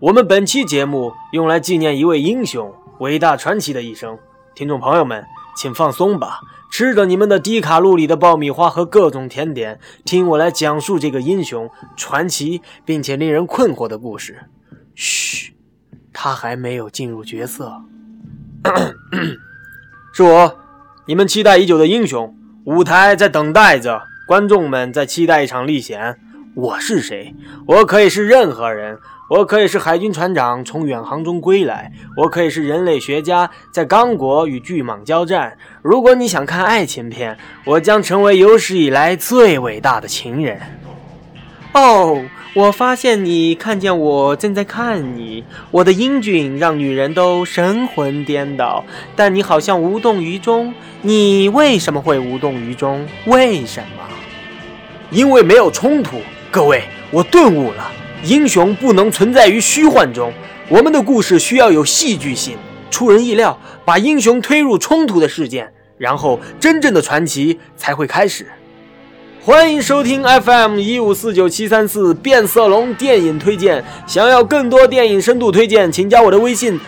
我们本期节目用来纪念一位英雄伟大传奇的一生。听众朋友们，请放松吧，吃着你们的低卡路里的爆米花和各种甜点，听我来讲述这个英雄传奇并且令人困惑的故事。嘘，他还没有进入角色。是我，你们期待已久的英雄，舞台在等待着，观众们在期待一场历险。我是谁？我可以是任何人，我可以是海军船长从远航中归来，我可以是人类学家在刚果与巨蟒交战。如果你想看爱情片，我将成为有史以来最伟大的情人。哦，我发现你看见我正在看你，我的英俊让女人都神魂颠倒，但你好像无动于衷。你为什么会无动于衷？为什么？因为没有冲突。各位，我顿悟了，英雄不能存在于虚幻中，我们的故事需要有戏剧性，出人意料，把英雄推入冲突的事件，然后真正的传奇才会开始。欢迎收听 FM1549734 变色龙电影推荐，想要更多电影深度推荐，请加我的微信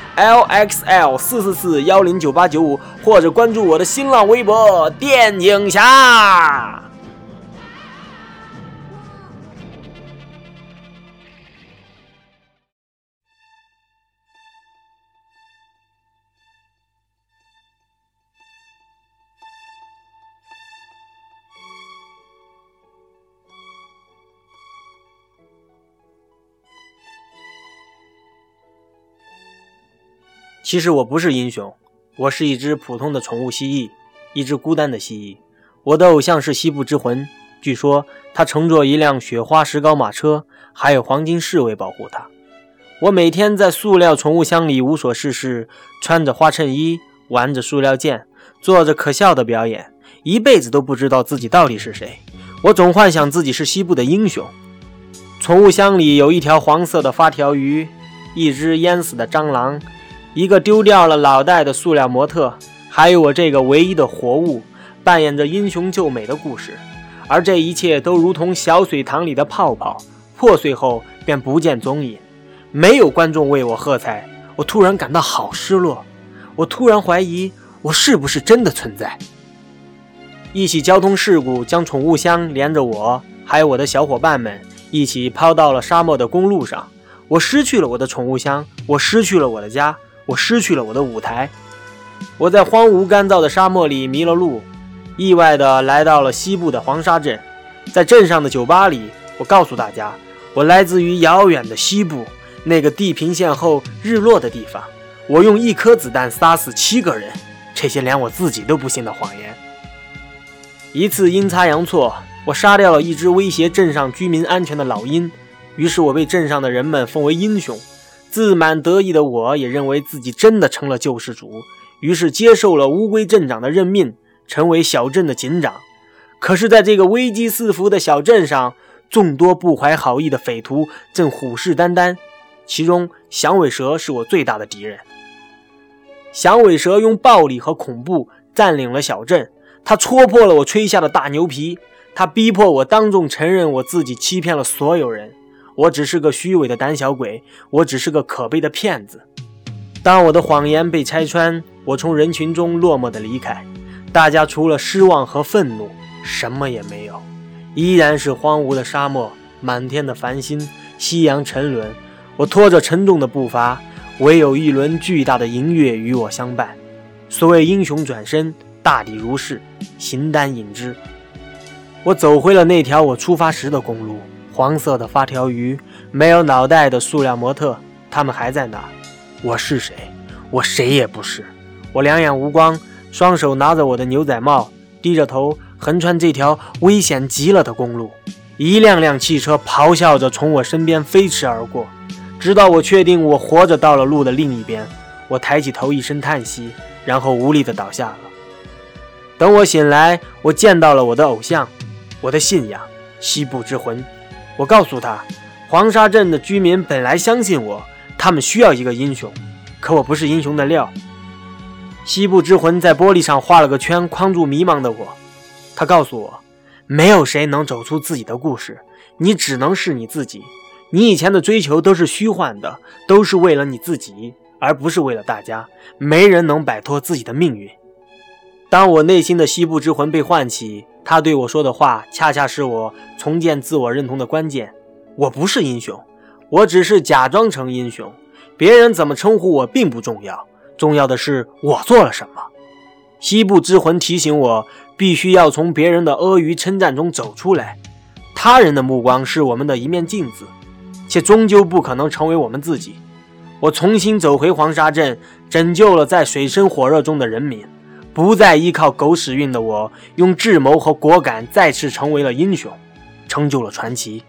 LXL444109895，或者关注我的新浪微博电影侠。其实我不是英雄，我是一只普通的宠物蜥蜴，一只孤单的蜥蜴。我的偶像是西部之魂，据说他乘坐一辆雪花石膏马车，还有黄金侍卫保护他。我每天在塑料宠物箱里无所事事，穿着花衬衣，玩着塑料剑，做着可笑的表演，一辈子都不知道自己到底是谁。我总幻想自己是西部的英雄。宠物箱里有一条黄色的发条鱼，一只淹死的蟑螂，一个丢掉了脑袋的塑料模特，还有我这个唯一的活物，扮演着英雄救美的故事。而这一切都如同小水塘里的泡泡，破碎后便不见踪影。没有观众为我喝彩，我突然感到好失落。我突然怀疑，我是不是真的存在？一起交通事故将宠物箱连着我，还有我的小伙伴们一起抛到了沙漠的公路上。我失去了我的宠物箱，我失去了我的家，我失去了我的舞台。我在荒芜干燥的沙漠里迷了路，意外地来到了西部的黄沙镇。在镇上的酒吧里，我告诉大家，我来自于遥远的西部，那个地平线后日落的地方。我用1颗子弹杀死7个人，这些连我自己都不信的谎言。一次阴差阳错，我杀掉了一只威胁镇上居民安全的老鹰，于是我被镇上的人们奉为英雄。自满得意的我也认为自己真的成了救世主，于是接受了乌龟镇长的任命，成为小镇的警长。可是在这个危机四伏的小镇上，众多不怀好意的匪徒正虎视眈眈，其中响尾蛇是我最大的敌人。响尾蛇用暴力和恐怖占领了小镇，他戳破了我吹下的大牛皮，他逼迫我当众承认我自己欺骗了所有人。我只是个虚伪的胆小鬼，我只是个可悲的骗子。当我的谎言被拆穿，我从人群中落寞地离开，大家除了失望和愤怒，什么也没有，依然是荒芜的沙漠，满天的繁星，夕阳沉沦。我拖着沉重的步伐，唯有一轮巨大的银月与我相伴。所谓英雄转身，大抵如是，形单影只。我走回了那条我出发时的公路，黄色的发条鱼，没有脑袋的塑料模特，他们还在那儿。我是谁？我谁也不是。我两眼无光，双手拿着我的牛仔帽，低着头横穿这条危险极了的公路。一辆辆汽车咆哮着从我身边飞驰而过，直到我确定我活着到了路的另一边。我抬起头，一声叹息，然后无力地倒下了。等我醒来，我见到了我的偶像，我的信仰，西部之魂。我告诉他，黄沙镇的居民本来相信我，他们需要一个英雄，可我不是英雄的料。西部之魂在玻璃上画了个圈，框住迷茫的我。他告诉我，没有谁能走出自己的故事，你只能是你自己。 你以前的追求都是虚幻的，都是为了你自己，而不是为了大家。没人能摆脱自己的命运。当我内心的西部之魂被唤起，他对我说的话恰恰是我重建自我认同的关键。我不是英雄，我只是假装成英雄。别人怎么称呼我并不重要，重要的是我做了什么。西部之魂提醒我，必须要从别人的阿谀称赞中走出来。他人的目光是我们的一面镜子，且终究不可能成为我们自己。我重新走回黄沙镇，拯救了在水深火热中的人民。不再依靠狗屎运的我，用智谋和果敢再次成为了英雄，成就了传奇。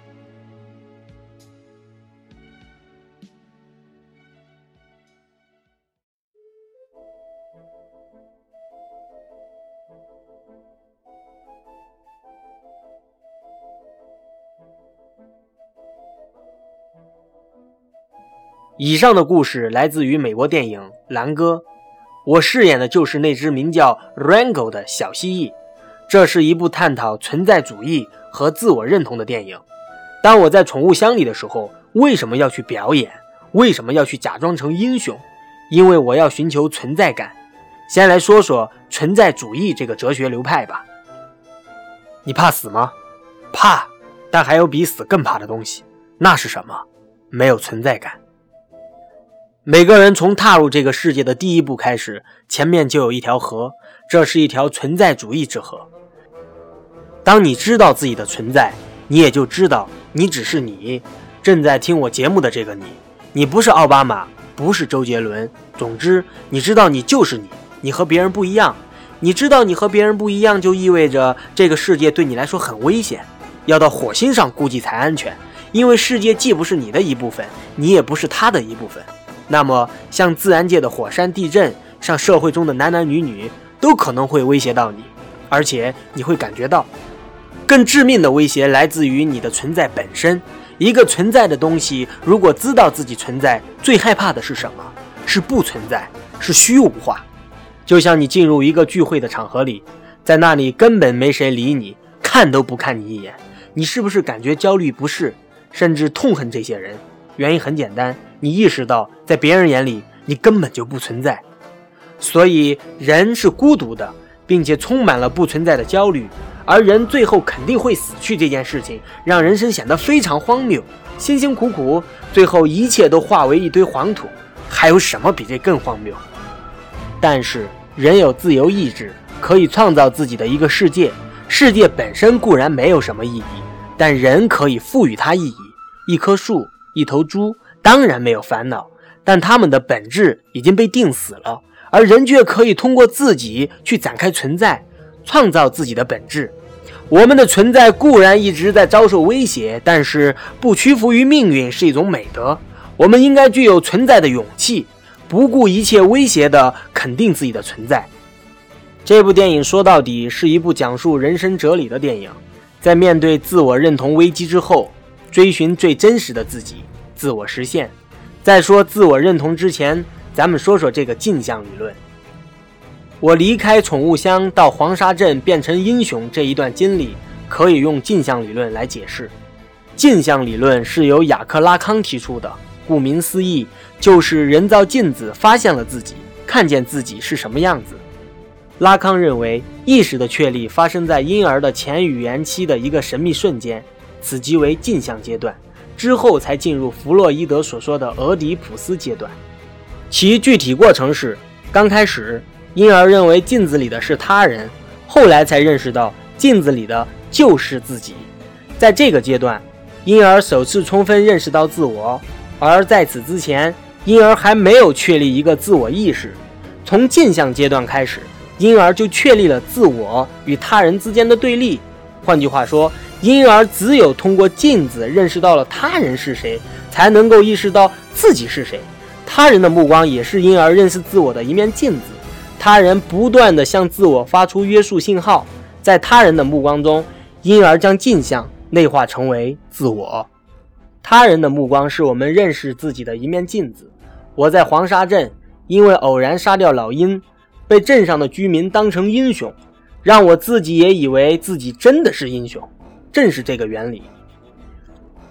以上的故事来自于美国电影《蓝鸽》，我饰演的就是那只名叫 Rango 的小蜥蜴。这是一部探讨存在主义和自我认同的电影。当我在宠物箱里的时候，为什么要去表演？为什么要去假装成英雄？因为我要寻求存在感。先来说说存在主义这个哲学流派吧。你怕死吗？怕，但还有比死更怕的东西。那是什么？没有存在感。每个人从踏入这个世界的第一步开始，前面就有一条河，这是一条存在主义之河。当你知道自己的存在，你也就知道你只是你，正在听我节目的这个你。你不是奥巴马，不是周杰伦，总之你知道你就是你，你和别人不一样。你知道你和别人不一样，就意味着这个世界对你来说很危险，要到火星上估计才安全，因为世界既不是你的一部分，你也不是他的一部分。那么像自然界的火山地震，像社会中的男男女女，都可能会威胁到你，而且你会感觉到更致命的威胁来自于你的存在本身。一个存在的东西如果知道自己存在，最害怕的是什么？是不存在，是虚无化。就像你进入一个聚会的场合里，在那里根本没谁理你，看都不看你一眼，你是不是感觉焦虑不适，甚至痛恨这些人？原因很简单，你意识到在别人眼里你根本就不存在。所以人是孤独的，并且充满了不存在的焦虑，而人最后肯定会死去这件事情让人生显得非常荒谬。辛辛苦苦，最后一切都化为一堆黄土，还有什么比这更荒谬？但是人有自由意志，可以创造自己的一个世界，世界本身固然没有什么意义，但人可以赋予它意义。一棵树，一头猪，当然没有烦恼，但它们的本质已经被定死了，而人却可以通过自己去展开存在，创造自己的本质。我们的存在固然一直在遭受威胁，但是不屈服于命运是一种美德。我们应该具有存在的勇气，不顾一切威胁地肯定自己的存在。这部电影说到底是一部讲述人生哲理的电影，在面对自我认同危机之后，追寻最真实的自己，自我实现。在说自我认同之前，咱们说说这个镜像理论。我离开宠物箱到黄沙镇变成英雄这一段经历，可以用镜像理论来解释。镜像理论是由雅克拉康提出的，顾名思义，就是人造镜子发现了自己，看见自己是什么样子。拉康认为，意识的确立发生在婴儿的前语言期的一个神秘瞬间，此即为镜像阶段，之后才进入弗洛伊德所说的俄狄浦斯阶段。其具体过程是，刚开始婴儿认为镜子里的是他人，后来才认识到镜子里的就是自己。在这个阶段，婴儿首次充分认识到自我，而在此之前，婴儿还没有确立一个自我意识。从镜像阶段开始，婴儿就确立了自我与他人之间的对立。换句话说，婴儿只有通过镜子认识到了他人是谁，才能够意识到自己是谁。他人的目光也是婴儿认识自我的一面镜子，他人不断地向自我发出约束信号，在他人的目光中，婴儿将镜像内化成为自我。他人的目光是我们认识自己的一面镜子。我在黄沙镇因为偶然杀掉老鹰，被镇上的居民当成英雄，让我自己也以为自己真的是英雄。正是这个原理。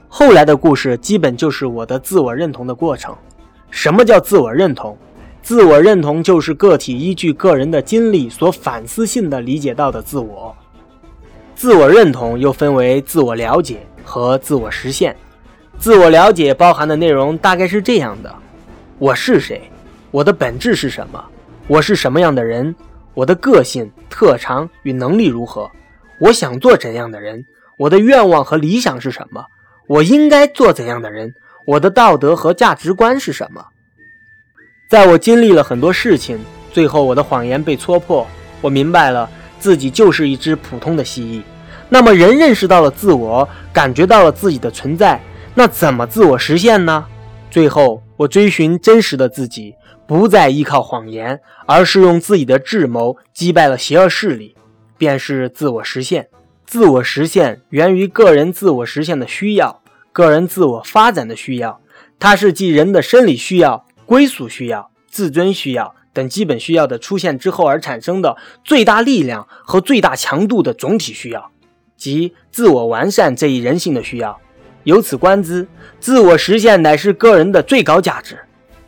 后来的故事基本就是我的自我认同的过程。什么叫自我认同？自我认同就是个体依据个人的经历所反思性的理解到的自我。自我认同又分为自我了解和自我实现。自我了解包含的内容大概是这样的：我是谁？我的本质是什么？我是什么样的人？我的个性、特长与能力如何？我想做怎样的人？我的愿望和理想是什么？我应该做怎样的人？我的道德和价值观是什么？在我经历了很多事情，最后我的谎言被戳破，我明白了自己就是一只普通的蜥蜴。那么人认识到了自我，感觉到了自己的存在，那怎么自我实现呢？最后我追寻真实的自己，不再依靠谎言，而是用自己的智谋击败了邪恶势力，便是自我实现。自我实现源于个人自我实现的需要，个人自我发展的需要，它是继人的生理需要、归属需要、自尊需要等基本需要的出现之后而产生的最大力量和最大强度的总体需要，即自我完善这一人性的需要。由此观之，自我实现乃是个人的最高价值。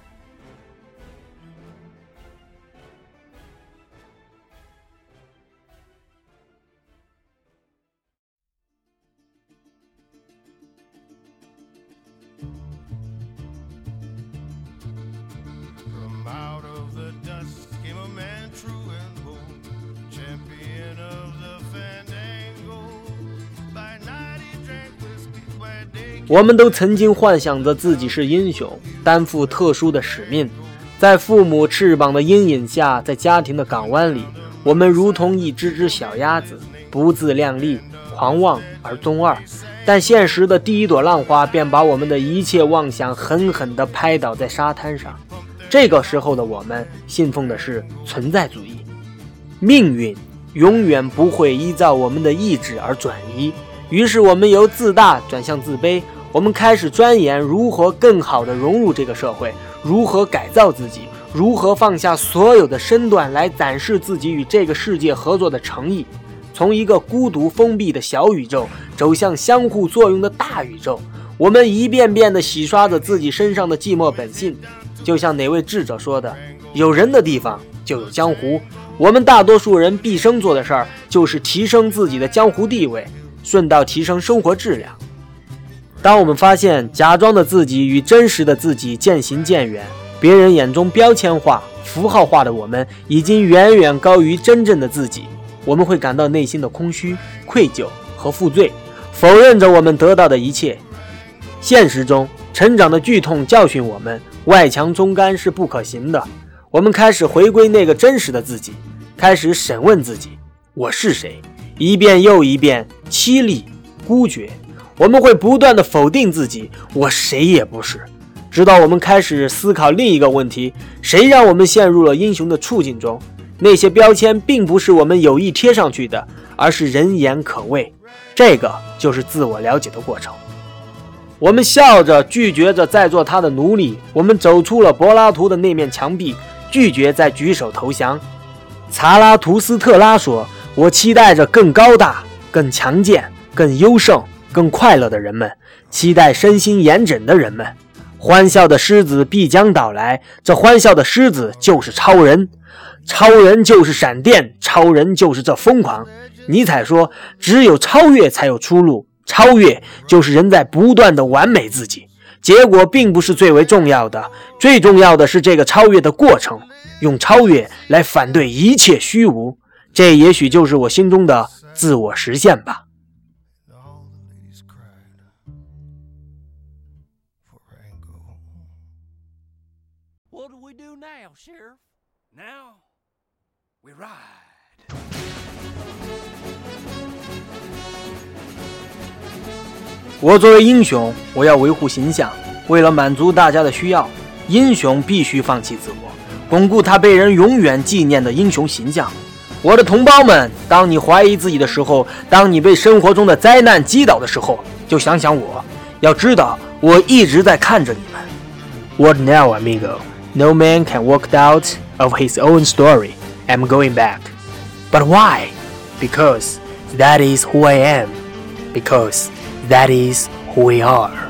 我们都曾经幻想着自己是英雄，担负特殊的使命，在父母翅膀的阴影下，在家庭的港湾里，我们如同一只只小鸭子，不自量力，狂妄而中二。但现实的第一朵浪花便把我们的一切妄想狠狠地拍倒在沙滩上。这个时候的我们信奉的是存在主义，命运永远不会依照我们的意志而转移，于是我们由自大转向自卑，我们开始钻研如何更好地融入这个社会，如何改造自己，如何放下所有的身段来展示自己与这个世界合作的诚意。从一个孤独封闭的小宇宙走向相互作用的大宇宙，我们一遍遍地洗刷着自己身上的寂寞本性。就像哪位智者说的，有人的地方就有江湖。我们大多数人毕生做的事儿就是提升自己的江湖地位，顺道提升生活质量。当我们发现假装的自己与真实的自己渐行渐远，别人眼中标签化、符号化的我们已经远远高于真正的自己，我们会感到内心的空虚、愧疚和负罪，否认着我们得到的一切。现实中，成长的剧痛教训我们，外强中干是不可行的。我们开始回归那个真实的自己，开始审问自己，我是谁？一遍又一遍，凄厉、孤绝。我们会不断地否定自己，我谁也不是。直到我们开始思考另一个问题，谁让我们陷入了英雄的处境中？那些标签并不是我们有意贴上去的，而是人言可畏。这个就是自我了解的过程。我们笑着拒绝着再做他的奴隶，我们走出了柏拉图的那面墙壁，拒绝再举手投降。查拉图斯特拉说，我期待着更高大、更强健、更优胜、更快乐的人们，期待身心严整的人们。欢笑的狮子必将到来，这欢笑的狮子就是超人。超人就是闪电，超人就是这疯狂。尼采说，只有超越才有出路，超越就是人在不断的完美自己，结果并不是最为重要的，最重要的是这个超越的过程，用超越来反对一切虚无，这也许就是我心中的自我实现吧。 What do we do now, Sheriff? Now, we ride. 我作为英雄，我要维护形象，为了满足大家的需要，英雄必须放弃自我，巩固他被人永远纪念的英雄形象。我的同胞们，当你怀疑自己的时候，当你被生活中的灾难击倒的时候，就想想我，要知道我一直在看着你们。What now, amigo? No man can walk out of his own story. I'm going back. But why? Because that is who I am. Because that is We are